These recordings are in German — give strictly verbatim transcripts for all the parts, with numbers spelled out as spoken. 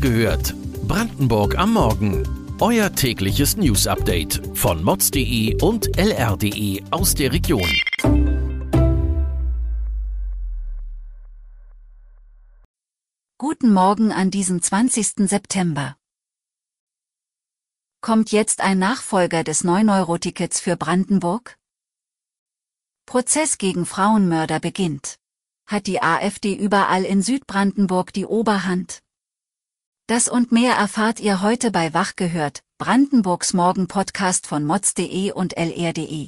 gehört. Brandenburg am Morgen. Euer tägliches News-Update von mods punkt de und l r punkt de aus der Region. Guten Morgen an diesem zwanzigsten September. Kommt jetzt ein Nachfolger des neun Euro Tickets für Brandenburg? Prozess gegen Frauenmörder beginnt. Hat die AfD überall in Südbrandenburg die Oberhand? Das und mehr erfahrt ihr heute bei Wach gehört, Brandenburgs Morgen-Podcast von mods punkt de und l r punkt de.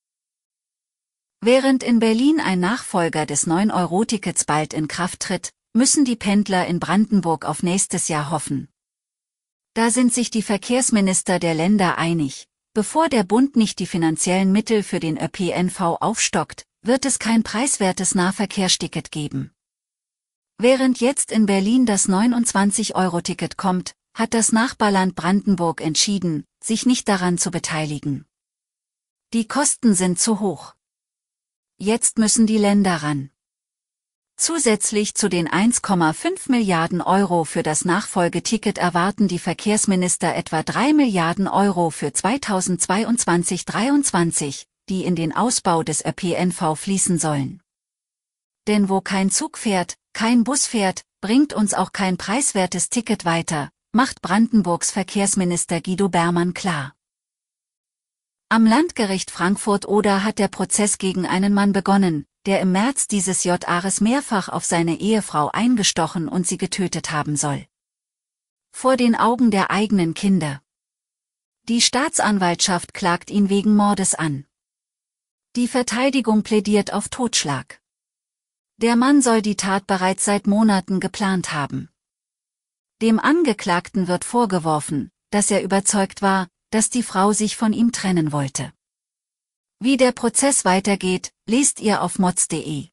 Während in Berlin ein Nachfolger des neun Euro Tickets bald in Kraft tritt, müssen die Pendler in Brandenburg auf nächstes Jahr hoffen. Da sind sich die Verkehrsminister der Länder einig: Bevor der Bund nicht die finanziellen Mittel für den Ö P N V aufstockt, wird es kein preiswertes Nahverkehrsticket geben. Während jetzt in Berlin das neunundzwanzig Euro Ticket kommt, hat das Nachbarland Brandenburg entschieden, sich nicht daran zu beteiligen. Die Kosten sind zu hoch. Jetzt müssen die Länder ran. Zusätzlich zu den eins Komma fünf Milliarden Euro für das Nachfolgeticket erwarten die Verkehrsminister etwa drei Milliarden Euro für zweitausendzweiundzwanzig dreiundzwanzig, die in den Ausbau des Ö P N V fließen sollen. Denn wo kein Zug fährt, kein Bus fährt, bringt uns auch kein preiswertes Ticket weiter, macht Brandenburgs Verkehrsminister Guido Bermann klar. Am Landgericht Frankfurt-Oder hat der Prozess gegen einen Mann begonnen, der im März dieses Jahres mehrfach auf seine Ehefrau eingestochen und sie getötet haben soll. Vor den Augen der eigenen Kinder. Die Staatsanwaltschaft klagt ihn wegen Mordes an. Die Verteidigung plädiert auf Totschlag. Der Mann soll die Tat bereits seit Monaten geplant haben. Dem Angeklagten wird vorgeworfen, dass er überzeugt war, dass die Frau sich von ihm trennen wollte. Wie der Prozess weitergeht, lest ihr auf mods punkt de.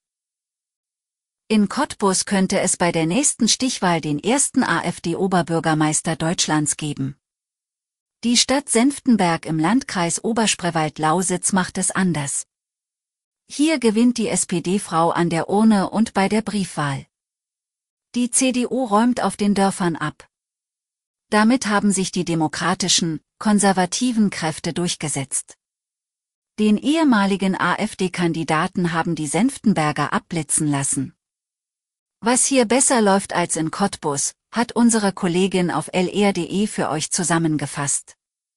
In Cottbus könnte es bei der nächsten Stichwahl den ersten AfD-Oberbürgermeister Deutschlands geben. Die Stadt Senftenberg im Landkreis Oberspreewald-Lausitz macht es anders. Hier gewinnt die S P D-Frau an der Urne und bei der Briefwahl. Die C D U räumt auf den Dörfern ab. Damit haben sich die demokratischen, konservativen Kräfte durchgesetzt. Den ehemaligen AfD-Kandidaten haben die Senftenberger abblitzen lassen. Was hier besser läuft als in Cottbus, hat unsere Kollegin auf l r punkt de für euch zusammengefasst.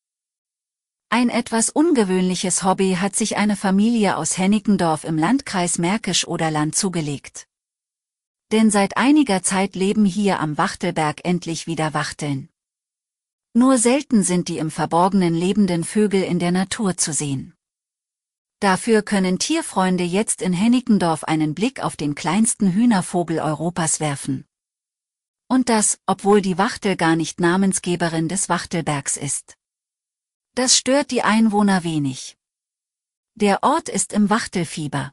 Ein etwas ungewöhnliches Hobby hat sich eine Familie aus Hennickendorf im Landkreis Märkisch-Oderland zugelegt. Denn seit einiger Zeit leben hier am Wachtelberg endlich wieder Wachteln. Nur selten sind die im Verborgenen lebenden Vögel in der Natur zu sehen. Dafür können Tierfreunde jetzt in Hennickendorf einen Blick auf den kleinsten Hühnervogel Europas werfen. Und das, obwohl die Wachtel gar nicht Namensgeberin des Wachtelbergs ist. Das stört die Einwohner wenig. Der Ort ist im Wachtelfieber.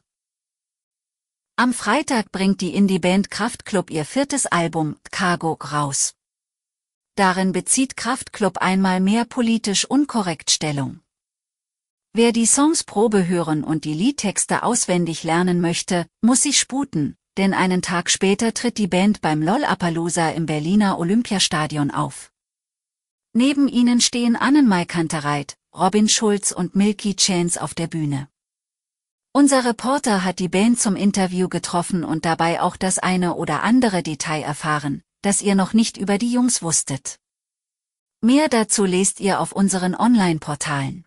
Am Freitag bringt die Indie-Band Kraftklub ihr viertes Album, Cargo, raus. Darin bezieht Kraftklub einmal mehr politisch unkorrekt Stellung. Wer die Songs Probe hören und die Liedtexte auswendig lernen möchte, muss sich sputen, denn einen Tag später tritt die Band beim Lollapalooza im Berliner Olympiastadion auf. Neben ihnen stehen Annenmai Kantereit, Robin Schulz und Milky Chance auf der Bühne. Unser Reporter hat die Band zum Interview getroffen und dabei auch das eine oder andere Detail erfahren, das ihr noch nicht über die Jungs wusstet. Mehr dazu lest ihr auf unseren Online-Portalen.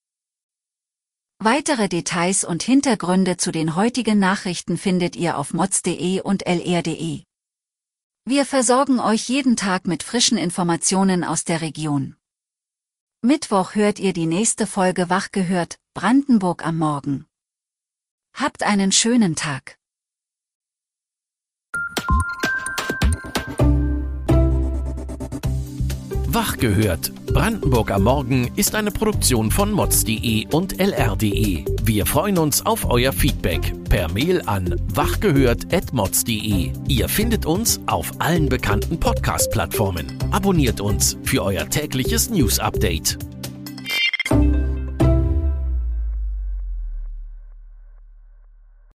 Weitere Details und Hintergründe zu den heutigen Nachrichten findet ihr auf mods punkt de und l r punkt de. Wir versorgen euch jeden Tag mit frischen Informationen aus der Region. Mittwoch hört ihr die nächste Folge Wach gehört, Brandenburg am Morgen. Habt einen schönen Tag. Wach gehört. Brandenburg am Morgen ist eine Produktion von mods punkt de und l r punkt de. Wir freuen uns auf euer Feedback per Mail an wachgehört at mods punkt de. Ihr findet uns auf allen bekannten Podcast-Plattformen. Abonniert uns für euer tägliches News-Update.